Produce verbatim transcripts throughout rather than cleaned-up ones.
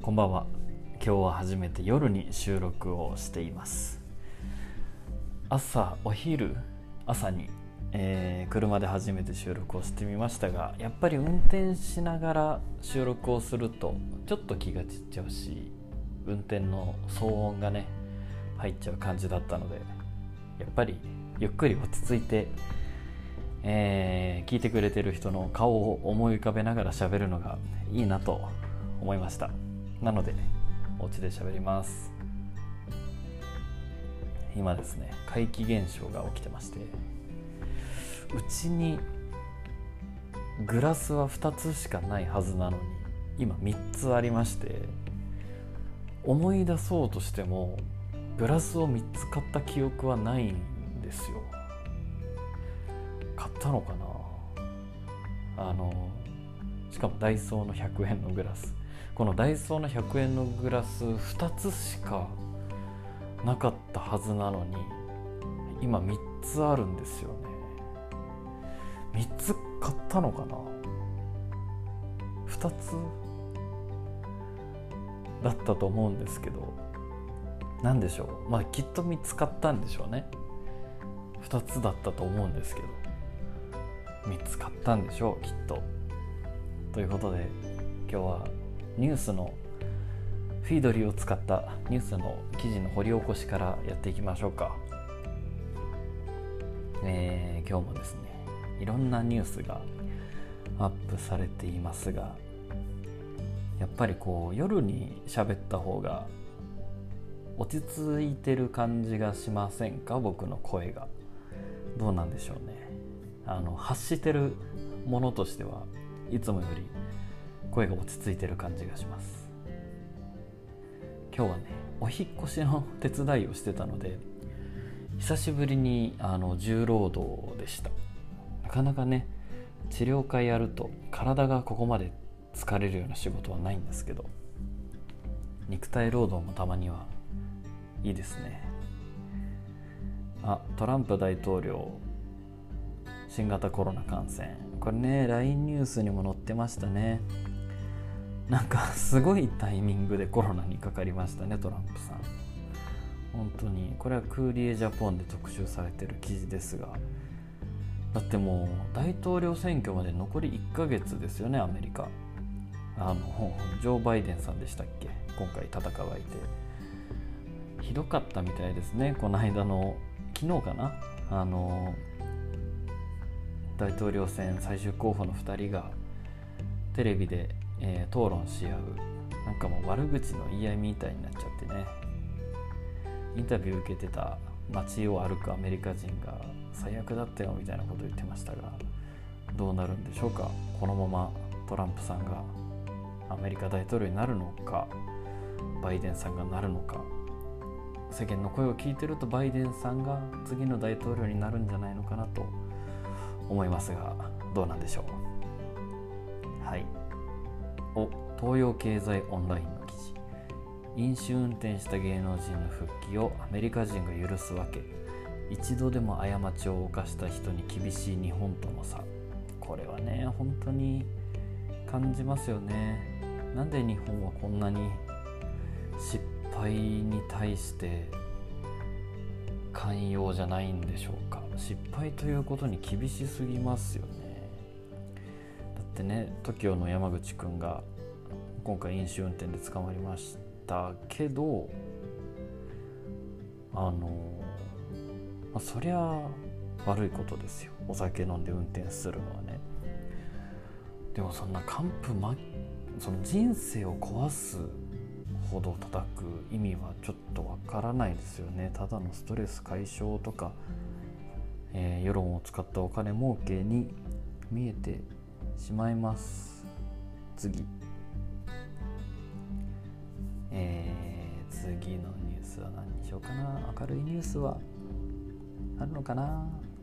こんばんは。今日は初めて夜に収録をしています。朝お昼朝に、えー、車で初めて収録をしてみましたが、やっぱり運転しながら収録をするとちょっと気が散っちゃうし、運転の騒音がね入っちゃう感じだったので、やっぱりゆっくり落ち着いて、えー、聞いてくれてる人の顔を思い浮かべながら喋るのがいいなと思いました。なのでお家で喋ります。今ですね、怪奇現象が起きてまして、うちにグラスはふたつしかないはずなのに今みっつありまして、思い出そうとしてもグラスをみっつ買った記憶はないんですよ。買ったのかな。あのしかもダイソーのひゃくえんのグラス、このダイソーのひゃくえんのグラスふたつしかなかったはずなのに今みっつあるんですよね。みっつ買ったのかな。ふたつだったと思うんですけど、なんでしょう、まあきっとみっつ買ったんでしょうね。ふたつだったと思うんですけどみっつ買ったんでしょう、きっと。ということで今日はニュースのフィードリーを使ったニュースの記事の掘り起こしからやっていきましょうか。えー、今日もですね、いろんなニュースがアップされていますが、やっぱりこう夜に喋った方が落ち着いてる感じがしませんか？僕の声がどうなんでしょうね。あの発してるものとしてはいつもより声が落ち着いてる感じがします。今日はね、お引っ越しの手伝いをしてたので久しぶりにあの重労働でした。なかなかね、治療会やると体がここまで疲れるような仕事はないんですけど、肉体労働もたまにはいいですね。あ、トランプ大統領新型コロナ感染、これね ライン ニュースにも載ってましたね。なんかすごいタイミングでコロナにかかりましたね、トランプさん。本当にこれはクーリエジャポンで特集されてる記事ですが、だってもう大統領選挙まで残りいっかげつですよね、アメリカ。あのジョー・バイデンさんでしたっけ、今回戦う相手。ひどかったみたいですね。この間の昨日かな、あの大統領選最終候補のふたりがテレビで、えー、討論し合う、なんかもう悪口の言い合いみたいになっちゃってね。インタビュー受けてた街を歩くアメリカ人が最悪だったよみたいなことを言ってましたが、どうなるんでしょうか。このままトランプさんがアメリカ大統領になるのか、バイデンさんがなるのか。世間の声を聞いてるとバイデンさんが次の大統領になるんじゃないのかなと思いますが、どうなんでしょう。はい。お、東洋経済オンラインの記事。飲酒運転した芸能人の復帰をアメリカ人が許すわけ。一度でも過ちを犯した人に厳しい日本との差。これはね、本当に感じますよね。なんで日本はこんなに失敗に対して寛容じゃないんでしょうか。失敗ということに厳しすぎますよね。だってね、トキオの山口くんが今回飲酒運転で捕まりましたけど、あの、まあ、そりゃ悪いことですよ、お酒飲んで運転するのはね。でもそんな完膚、ま、その人生を壊すほど叩く意味はちょっとわからないですよね。ただのストレス解消とか、えー、世論を使ったお金儲けに見えてしまいます。次、えー、次のニュースは何にしようかな。明るいニュースはあるのかな。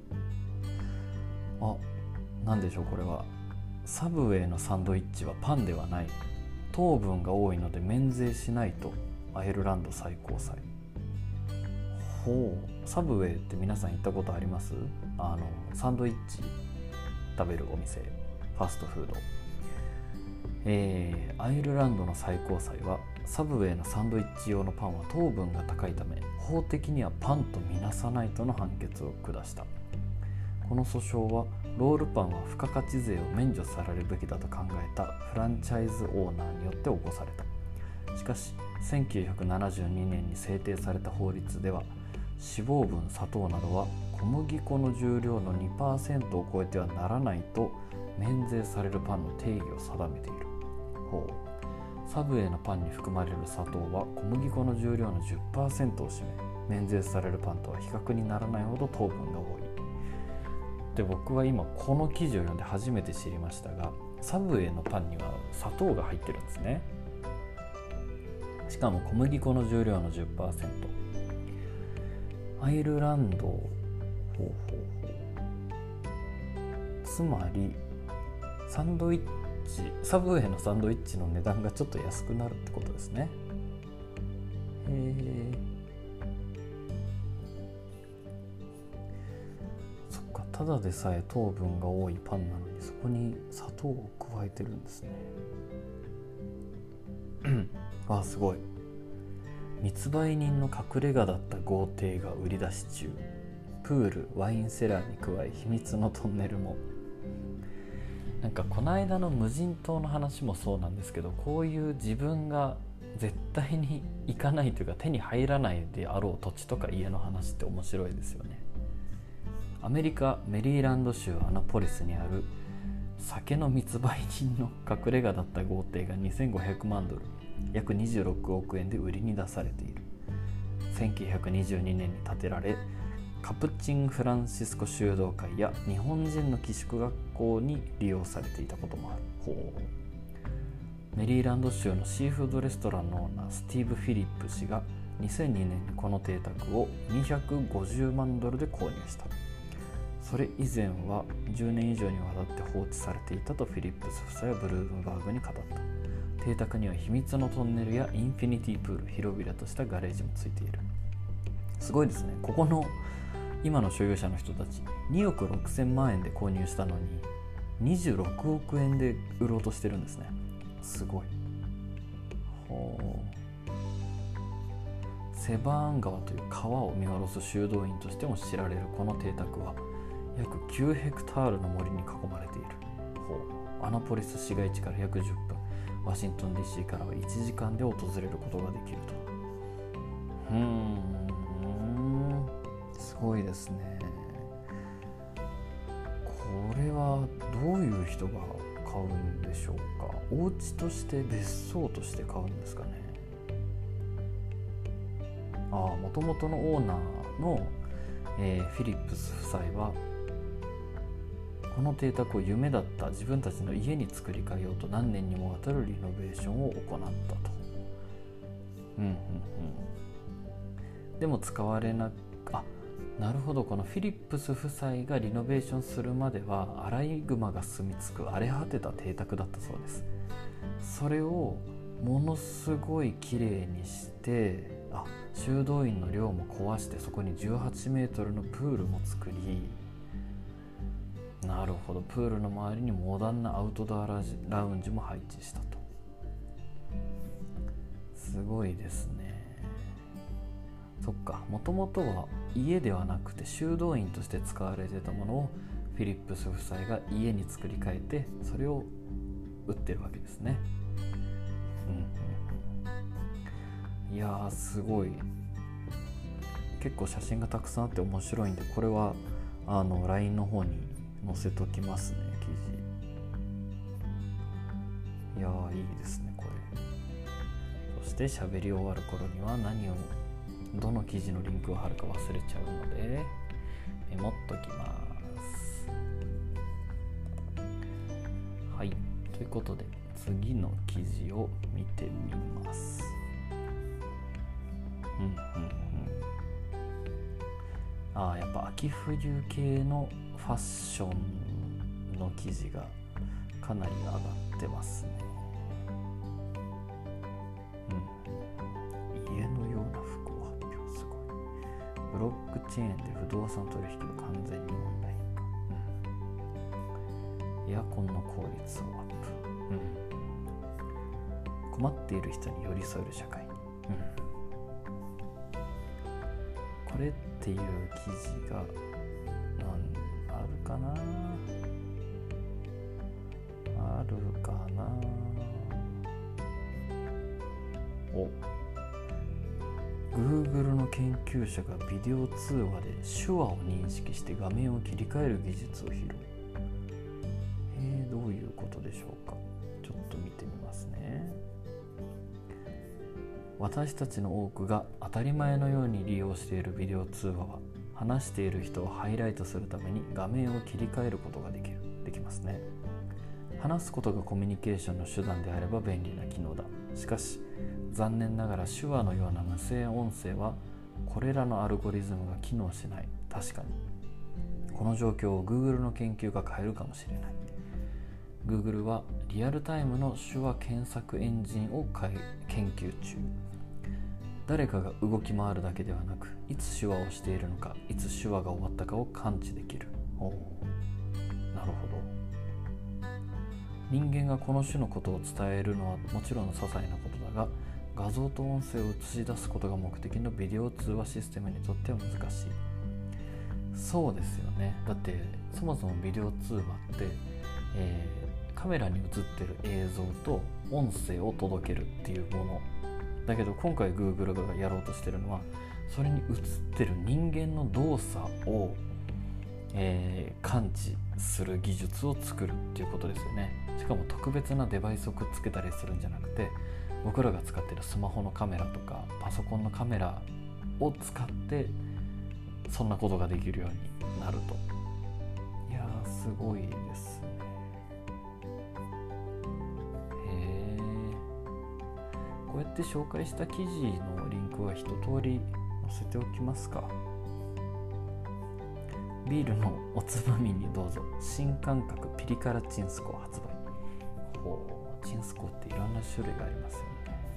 あ、なんでしょうこれは。サブウェイのサンドイッチはパンではない、糖分が多いので免税しないとアイルランド最高裁。ほう、サブウェイって皆さん行ったことあります？あのサンドイッチ食べるお店、ファストフード、 えー、アイルランドの最高裁はサブウェイのサンドイッチ用のパンは糖分が高いため法的にはパンとみなさないとの判決を下した。この訴訟はロールパンは付加価値税を免除されるべきだと考えたフランチャイズオーナーによって起こされた。しかしせんきゅうひゃくななじゅうにねんに制定された法律では脂肪分、砂糖などは小麦粉の重量の にパーセント を超えてはならないと免税されるパンの定義を定めている。ほう。サブウェイのパンに含まれる砂糖は小麦粉の重量の じゅっパーセント を占め、免税されるパンとは比較にならないほど糖分が多い。で、僕は今この記事を読んで初めて知りましたが、サブウェイのパンには砂糖が入ってるんですね。しかも小麦粉の重量の じゅっパーセント。アイルランド、ほうほうほう。つまりサンドイッチ、サブウェイのサンドイッチの値段がちょっと安くなるってことですね。へえ。そっか、ただでさえ糖分が多いパンなのにそこに砂糖を加えてるんですね。あ、すごい。密売人の隠れ家だった豪邸が売り出し中。プール、ワインセラーに加え秘密のトンネルも。なんかこの間の無人島の話もそうなんですけど、こういう自分が絶対に行かないというか手に入らないであろう土地とか家の話って面白いですよね。アメリカメリーランド州アナポリスにある酒の密売人の隠れ家だった豪邸がにせんごひゃくまんドル、約にじゅうろくおくえんで売りに出されている。せんきゅうひゃくにじゅうにねんに建てられ、カプチンフランシスコ修道会や日本人の寄宿学校に利用されていたこともある。ほう。メリーランド州のシーフードレストランのオーナースティーブ・フィリップ氏がにせんにねんにこの邸宅をにひゃくごじゅうまんドルで購入した。それ以前はじゅうねん以上にわたって放置されていたとフィリップス夫妻はブルームバーグに語った。邸宅には秘密のトンネルやインフィニティプール、広々としたガレージもついている。すごいですね。ここの今の所有者の人たちにおくろくせんまんえんで購入したのににじゅうろくおくえんで売ろうとしてるんですね。すごい。ほう。セバーン川という川を見下ろす修道院としても知られるこの邸宅は約きゅうヘクタールの森に囲まれている。ほう。アナポリス市街地から約じゅっぷん、ワシントン ディーシー からはいちじかんで訪れることができると。うーん、すごいですね。これはどういう人が買うんでしょうか。お家として別荘として買うんですかね。ああ、もともとのオーナーの、えー、フィリップス夫妻はこの邸宅を夢だった自分たちの家に作り変えようと何年にもわたるリノベーションを行ったと。うんうんうん。でも使われなあなるほど。このフィリップス夫妻がリノベーションするまではアライグマが住み着く荒れ果てた邸宅だったそうです。それをものすごい綺麗にして、あ修道院の寮も壊してそこにじゅうはちメートルのプールも作り、なるほど、プールの周りにモダンなアウトドアラウンジも配置したと。すごいですね。そっか、もともとは家ではなくて修道院として使われてたものをフィリップス夫妻が家に作り変えてそれを売ってるわけですね。うん、いやーすごい。結構写真がたくさんあって面白いんで、これはあの ライン の方に載せときますね、記事。いやーいいですねこれ。そして喋り終わる頃には何をどの記事のリンクを貼るか忘れちゃうのでメモっときます。はい、ということで次の記事を見てみます。うんうんうん。ああ、やっぱ秋冬系のファッションの記事がかなり上がってますね。うん、家のような服を発表。すごい。ブロックチェーンで不動産取引が完全にオンライン化。うん、エアコンの効率をアップ。うん、 困っている人に寄り添える社会、うん、これっていう記事がなんあるかなあるかなお Google の研究者がビデオ通話で手話を認識して画面を切り替える技術を披露。えー、どういうことでしょうか。ちょっと見てみますね。私たちの多くが当たり前のように利用しているビデオ通話は、話している人をハイライトするために画面を切り替えることができるできますね。話すことがコミュニケーションの手段であれば便利な機能だ。しかし残念ながら手話のような無声音声はこれらのアルゴリズムが機能しない。確かにこの状況を Google の研究が変えるかもしれない。 Google はリアルタイムの手話検索エンジンを研究中。誰かが動き回るだけではなく、いつ手話をしているのか、いつ手話が終わったかを感知できる。おー、なるほど。人間がこの種のことを伝えるのはもちろん些細なことだが、画像と音声を映し出すことが目的のビデオ通話システムにとっては難しい。そうですよね。だってそもそもビデオ通話って、えー、カメラに映ってる映像と音声を届けるっていうものだけど、今回 Google がやろうとしてるのは、それに映ってる人間の動作を、えー、感知する技術を作るっていうことですよね。しかも特別なデバイスをくっつけたりするんじゃなくて、僕らが使ってるスマホのカメラとかパソコンのカメラを使ってそんなことができるようになると。いやー、すごいですね。へー、こうやって紹介した記事のリンクは一通り載せておきますか。ビールのおつまみにどうぞ。新感覚ピリ辛チンスコを発売。ほう、チンスコっていろんな種類がありますよね。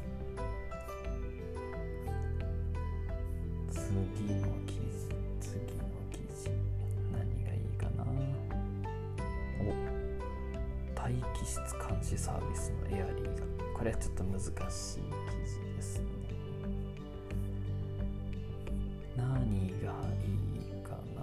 次の記事、次の記事、何がいいかな。お、待機室監視サービスのエアリーが。これはちょっと難しい記事ですね。何がいいかな。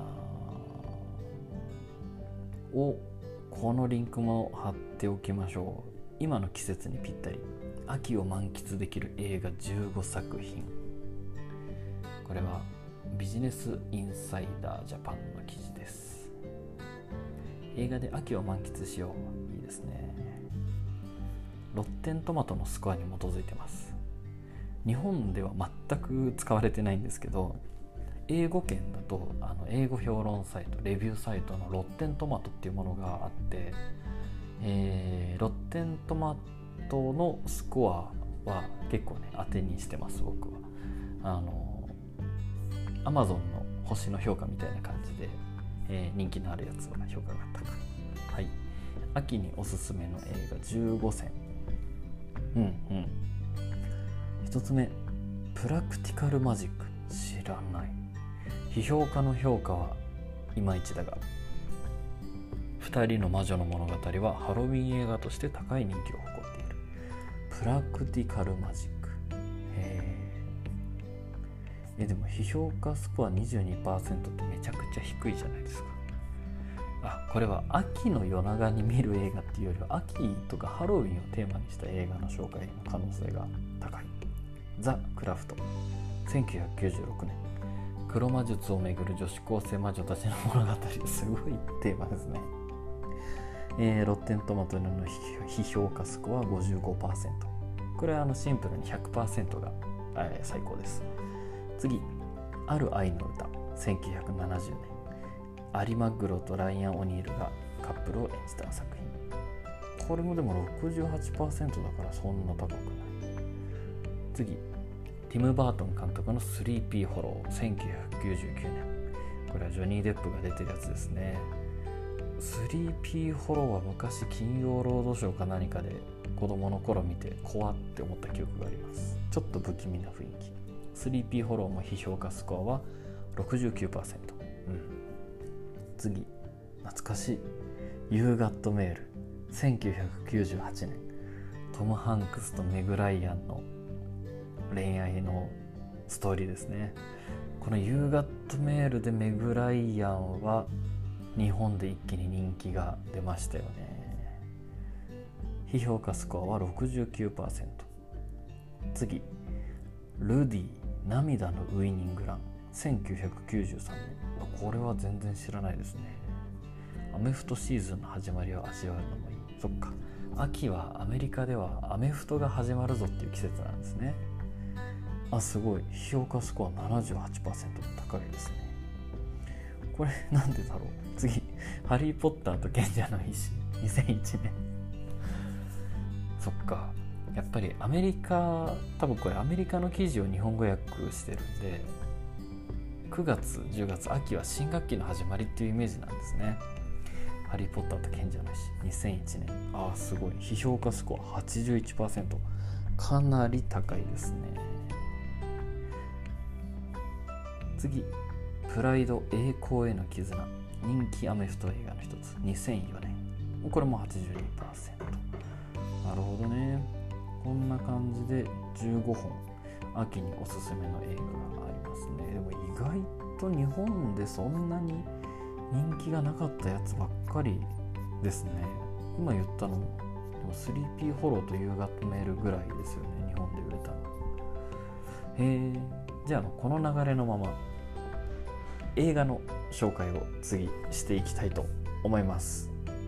お、このリンクも貼っておきましょう。今の季節にぴったり、秋を満喫できる映画じゅうごさくひん。これはビジネスインサイダージャパンの記事です。映画で秋を満喫しよう。いいですね。ロッテントマトのスコアに基づいてます。日本では全く使われてないんですけど、英語圏だとあの英語評論サイト、レビューサイトのロッテントマトっていうものがあって、えー、ロッテントマトのスコアは結構ね当てにしてます。僕はあの Amazon の星の評価みたいな感じで、えー、人気のあるやつは評価が高い。はい、秋におすすめの映画じゅうごせん。うんうん。一つ目、プラクティカルマジック。知らない。批評家の評価はいまいちだが、二人の魔女の物語はハロウィン映画として高い人気を誇っている。プラクティカルマジック。へえ。え、でも批評家スコア にじゅうにパーセント ってめちゃくちゃ低いじゃないですか。あ、これは秋の夜長に見る映画っていうよりは秋とかハロウィンをテーマにした映画の紹介の可能性が高い。ザ・クラフト。せんきゅうひゃくきゅうじゅうろくねん。黒魔術をめぐる女子高生魔女たちの物語。すごいテーマですね。えー、ロッテントマトの批評家スコア ごじゅうごパーセント。これはあのシンプルに ひゃくパーセント が、えー、最高です。次、ある愛の歌。せんきゅうひゃくななじゅうねん。アリ・マッグロとライアン・オニールがカップルを演じた作品。これもでも ろくじゅうはちパーセント だからそんな高くない。次、ティム・バートン監督の スリーピー ホロー。せんきゅうひゃくきゅうじゅうきゅうねん。これはジョニー・デップが出てるやつですね。スリーピー ホローは昔金曜ロードショーか何かで子供の頃見て怖って思った記憶があります。ちょっと不気味な雰囲気。スリーピー ホローも批評家スコアは ろくじゅうきゅうパーセント。うん。次、懐かしい You Got Mail。せんきゅうひゃくきゅうじゅうはちねん。 トム・ハンクスとメグ・ライアンの恋愛のストーリーですね。このユーガットメールでメグ・ライアンは日本で一気に人気が出ましたよね。批評価スコアは ろくじゅうきゅうパーセント。 次、ルディ涙のウイニングランせんきゅうひゃくきゅうじゅうさんねん。これは全然知らないですね。アメフトシーズンの始まりを味わうのもいい。そっか、秋はアメリカではアメフトが始まるぞっていう季節なんですね。あ、すごい。批評価スコア ななじゅうはちパーセント と高いですね。これなんでだろう。次、ハリーポッターと賢者の石にせんいちねん。そっか、やっぱりアメリカ、多分これアメリカの記事を日本語訳してるんで、くがつじゅうがつ秋は新学期の始まりっていうイメージなんですね。ハリーポッターと賢者の石にせんいちねん。あーすごい。批評価スコア はちじゅういちパーセント、 かなり高いですね。次、プライド栄光への絆、人気アメフト映画の一つにせんよねん。これも はちじゅうにパーセント。 なるほどね。こんな感じでじゅうごほん秋におすすめの映画がありますね。でも意外と日本でそんなに人気がなかったやつばっかりですね。今言ったのもでも スリーピー ホローとユーガットメールぐらいですよね、日本で売れたの。へえ、じゃあこの流れのまま映画の紹介を次していきたいと思います。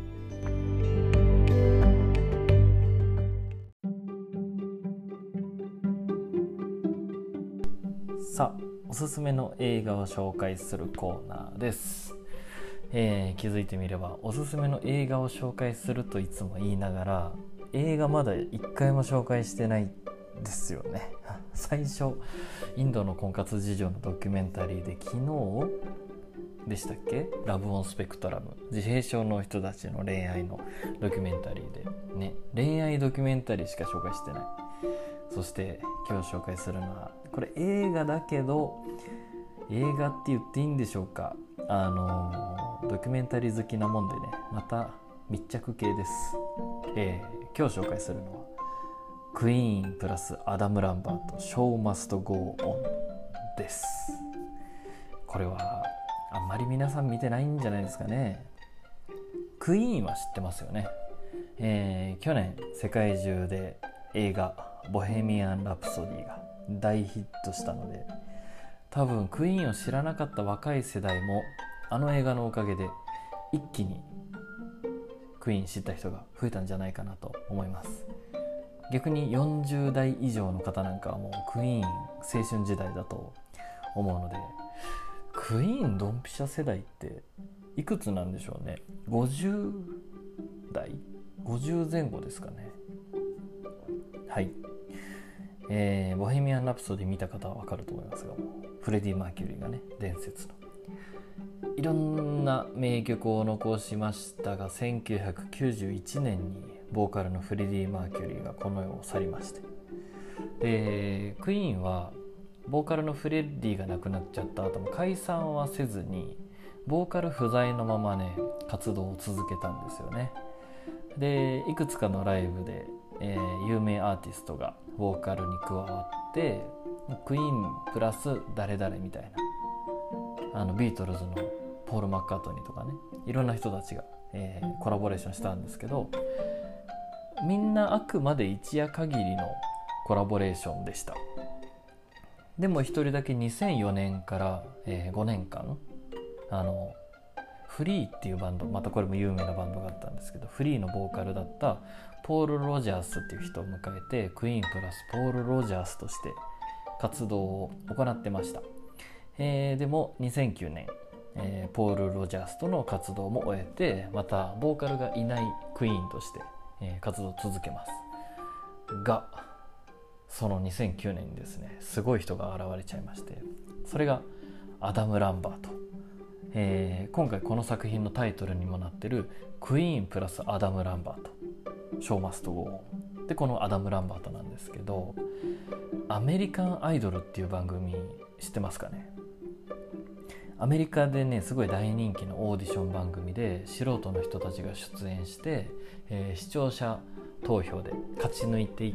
さあ、おすすめの映画を紹介するコーナーです。えー、気づいてみればおすすめの映画を紹介するといつも言いながら、映画まだ一回も紹介してないですよね。最初インドの婚活事情のドキュメンタリーで、昨日でしたっけ、ラブオンスペクトラム、自閉症の人たちの恋愛のドキュメンタリーでね、恋愛ドキュメンタリーしか紹介してない。そして今日紹介するのはこれ映画だけど、映画って言っていいんでしょうか、あのドキュメンタリー好きなもんでね、また密着系です。えー、今日紹介するのはクイーンプラスアダム・ランバート、ショーマストゴーオンです。これはあんまり皆さん見てないんじゃないですかね。クイーンは知ってますよね。えー、去年世界中で映画ボヘミアン・ラプソディが大ヒットしたので、多分クイーンを知らなかった若い世代もあの映画のおかげで一気にクイーン知った人が増えたんじゃないかなと思います。逆によんじゅう代以上の方なんかはもうクイーン青春時代だと思うので、クイーンドンピシャ世代っていくつなんでしょうね。ごじゅう代ごじゅうぜん後ですかね。はい、えー、ボヘミアン・ラプソディ見た方は分かると思いますが、フレディ・マーキュリーがね、伝説のいろんな名曲を残しましたが、せんきゅうひゃくきゅうじゅういちねんにボーカルのフレディ・マーキュリーがこの世を去りまして、でクイーンはボーカルのフレディが亡くなっちゃった後も解散はせずに、ボーカル不在のままね活動を続けたんですよね。でいくつかのライブで、えー、有名アーティストがボーカルに加わって、クイーンプラス誰々みたいな、あのビートルズのポール・マッカートニーとかね、いろんな人たちが、えー、コラボレーションしたんですけど、みんなあくまで一夜限りのコラボレーションでした。でも一人だけにせんよねんから、えー、ごねんかんあのフリーっていうバンド、またこれも有名なバンドがあったんですけど、フリーのボーカルだったポール・ロジャースっていう人を迎えて、クイーンプラスポール・ロジャースとして活動を行ってました。えー、でもにせんきゅうねん、えー、ポール・ロジャースとの活動も終えて、またボーカルがいないクイーンとして、えー、活動を続けますが、そのにせんきゅうねんにですね、すごい人が現れちゃいまして、それがアダム・ランバート、えー、今回この作品のタイトルにもなってるクイーンプラスアダム・ランバート、ショーマストゴーオンで、このアダム・ランバートなんですけど、アメリカンアイドルっていう番組知ってますかね。アメリカでねすごい大人気のオーディション番組で、素人の人たちが出演して、えー、視聴者投票で勝ち抜いていって、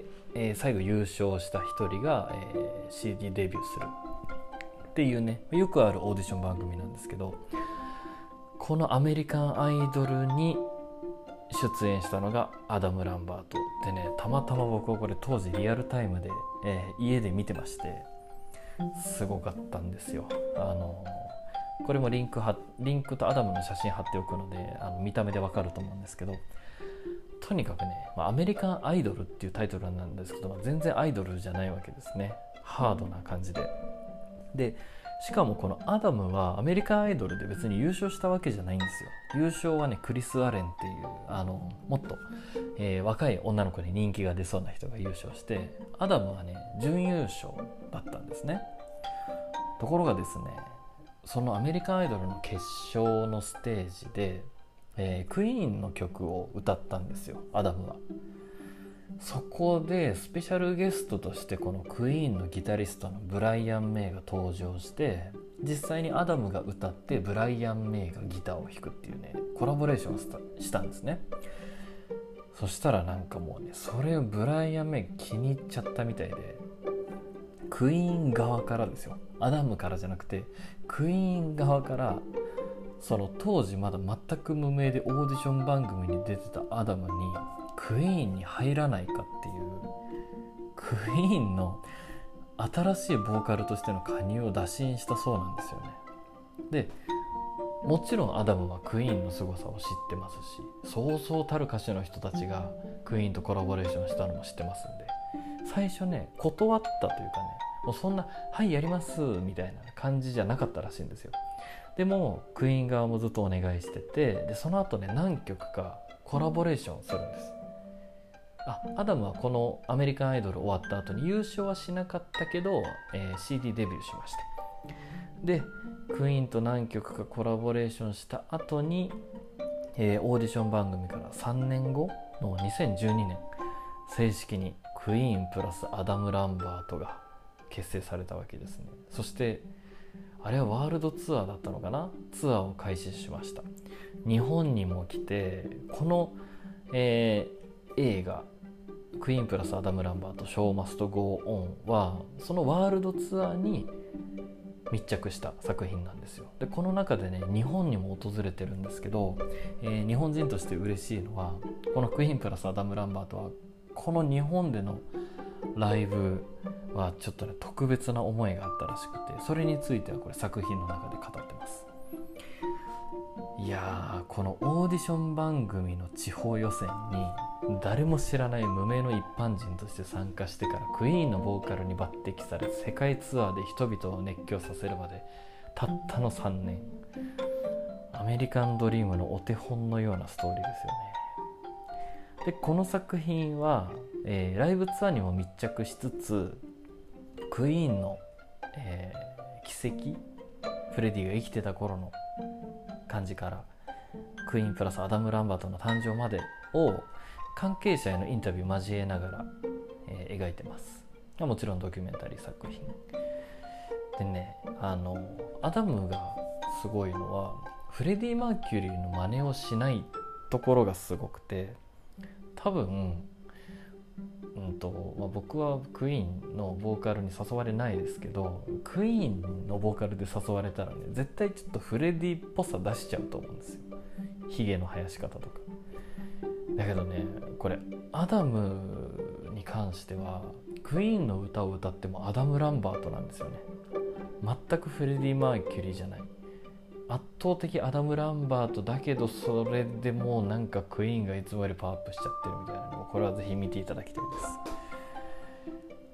えー、最後優勝した一人が、えー、シーディー デビューするっていうね、よくあるオーディション番組なんですけど、このアメリカンアイドルに出演したのがアダム・ランバートでね、たまたま僕はこれ当時リアルタイムで、えー、家で見てまして、すごかったんですよ。あのこれもリンクはリンクとアダムの写真貼っておくので、あの見た目でわかると思うんですけど、とにかくね、まあ、アメリカンアイドルっていうタイトルなんですけど、まあ、全然アイドルじゃないわけですね。ハードな感じで。でしかもこのアダムはアメリカンアイドルで別に優勝したわけじゃないんですよ。優勝はねクリス・アレンっていうあのもっと、えー、若い女の子に人気が出そうな人が優勝して、アダムはね準優勝だったんですね。ところがですね、そのアメリカンアイドルの決勝のステージで、えー、クイーンの曲を歌ったんですよ、アダムは。そこでスペシャルゲストとしてこのクイーンのギタリストのブライアン・メイが登場して、実際にアダムが歌ってブライアン・メイがギターを弾くっていうね、コラボレーションをした、したんですね。そしたらなんかもうね、それをブライアン・メイ気に入っちゃったみたいで、クイーン側からですよ、アダムからじゃなくてクイーン側から、その当時まだ全く無名でオーディション番組に出てたアダムにクイーンに入らないかっていう、クイーンの新しいボーカルとしての加入を打診したそうなんですよね。でもちろんアダムはクイーンの凄さを知ってますし、そうそうたる歌手の人たちがクイーンとコラボレーションしたのも知ってますんで、最初ね断ったというかね、もうそんなはいやりますみたいな感じじゃなかったらしいんですよ。でもクイーン側もずっとお願いしてて、でその後ね何曲かコラボレーションするんです。あアダムはこのアメリカンアイドル終わった後に優勝はしなかったけど、えー、シーディー デビューしまして、でクイーンと何曲かコラボレーションした後に、えー、オーディション番組からさんねんごのにせんじゅうにねん、正式にクイーンプラスアダム・ランバートが結成されたわけですね。そしてあれはワールドツアーだったのかな、ツアーを開始しました。日本にも来て、この、えー、映画クイーンプラスアダム・ランバートショーマストゴーオンはそのワールドツアーに密着した作品なんですよ。でこの中でね日本にも訪れてるんですけど、えー、日本人として嬉しいのは、このクイーンプラスアダム・ランバートはこの日本でのライブはちょっとね特別な思いがあったらしくて、それについてはこれ作品の中で語ってます。いやー、このオーディション番組の地方予選に誰も知らない無名の一般人として参加してからクイーンのボーカルに抜擢され、世界ツアーで人々を熱狂させるまでたったのさんねん、アメリカンドリームのお手本のようなストーリーですよね。でこの作品は、えー、ライブツアーにも密着しつつ、クイーンの、えー、奇跡、フレディが生きてた頃の感じからクイーンプラスアダム・ランバートの誕生までを関係者へのインタビュー交えながら、えー、描いてます。もちろんドキュメンタリー作品でね、あのアダムがすごいのはフレディ・マーキュリーの真似をしないところがすごくて、多分、うんとまあ、僕はクイーンのボーカルに誘われないですけど、クイーンのボーカルで誘われたらね絶対ちょっとフレディっぽさ出しちゃうと思うんですよ、ヒゲの生やし方とか。だけどねこれアダムに関してはクイーンの歌を歌ってもアダム・ランバートなんですよね。全くフレディ・マーキュリーじゃない、圧倒的アダム・ランバートだけど、それでもうなんかクイーンがいつもよりパワーアップしちゃってるみたいなのを、これはぜひ見ていただきたいです。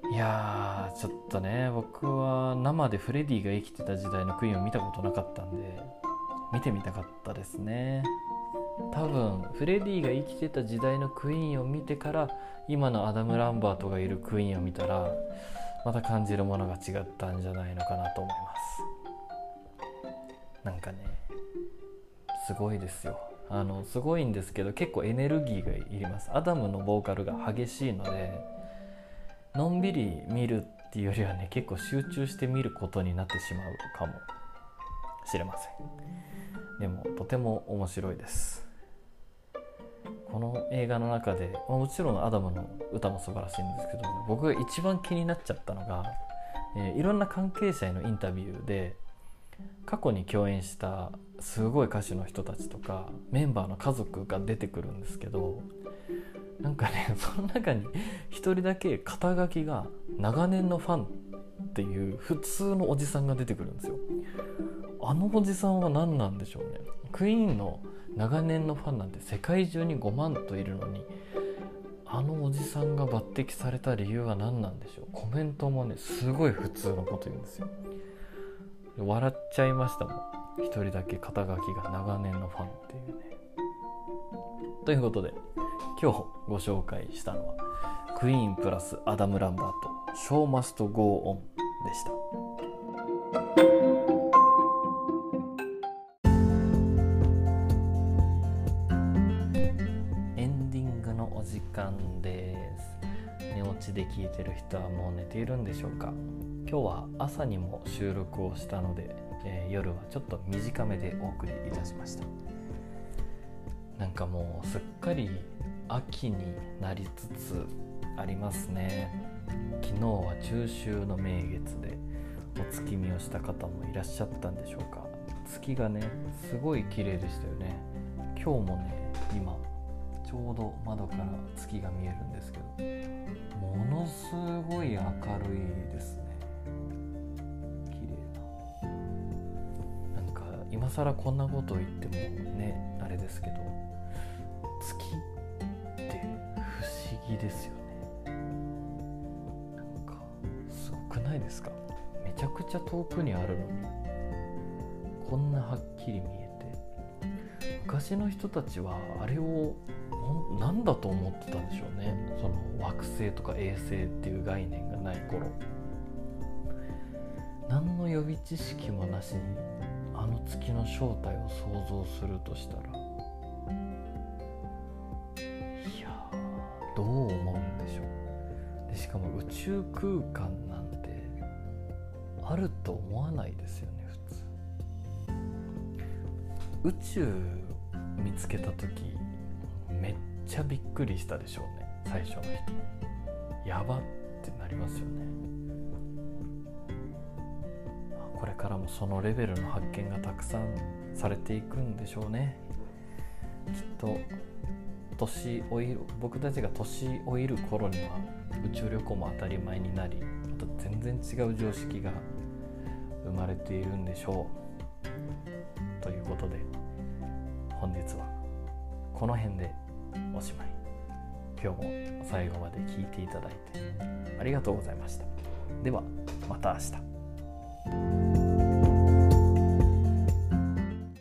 いやーちょっとね、僕は生でフレディが生きてた時代のクイーンを見たことなかったんで見てみたかったですね。多分フレディが生きてた時代のクイーンを見てから今のアダム・ランバートがいるクイーンを見たらまた感じるものが違ったんじゃないのかなと思います。なんかねすごいですよ。あのすごいんですけど結構エネルギーがいります。アダムのボーカルが激しいのでのんびり見るっていうよりはね結構集中して見ることになってしまうかもしれません。でもとても面白いです。 この映画の中で、まあ、もちろんアダムの歌も素晴らしいんですけど、僕が一番気になっちゃったのが、えー、いろんな関係者へのインタビューで過去に共演したすごい歌手の人たちとかメンバーの家族が出てくるんですけど、なんかね、その中に一人だけ肩書きが長年のファンっていう普通のおじさんが出てくるんですよ。あのおじさんは何なんでしょうね。クイーンの長年のファンなんて世界中にごまんといるのに、あのおじさんが抜擢された理由は何なんでしょう。コメントもねすごい普通のこと言うんですよ。笑っちゃいましたもん。一人だけ肩書きが長年のファンっていうね。ということで今日ご紹介したのはクイーンプラスアダム・ランバート Show Must Go On でした。エンディングのお時間です。寝落ちで聞いてる人はもう寝ているんでしょうか。今日は朝にも収録をしたので、えー、夜はちょっと短めでお送りいたしました。なんかもうすっかり秋になりつつありますね。昨日は中秋の名月でお月見をした方もいらっしゃったんでしょうか。月がねすごい綺麗でしたよね。今日もね今ちょうど窓から月が見えるんですけど、ものすごい明るいですね。綺麗な。なんか今更こんなことを言ってもねあれですけど、月って不思議ですよね。なんかすごくないですか。めちゃくちゃ遠くにあるのにこんなはっきり見えて、昔の人たちはあれを何だと思ってたんでしょうね。その惑星とか衛星っていう概念がない頃、何の予備知識もなしにあの月の正体を想像するとしたら、いやどう思うんでしょう。でしかも宇宙空間なんてあると思わないですよね普通。宇宙見つけた時めっちゃびっくりしたでしょうね。最初の人やばってなりますよね。これからもそのレベルの発見がたくさんされていくんでしょうね。きっと年老いる僕たちが年老いる頃には宇宙旅行も当たり前になり、また全然違う常識が生まれているんでしょう。ということで本日はこの辺でおしまい。今日も最後まで聞いていただいてありがとうございました。ではまた明日。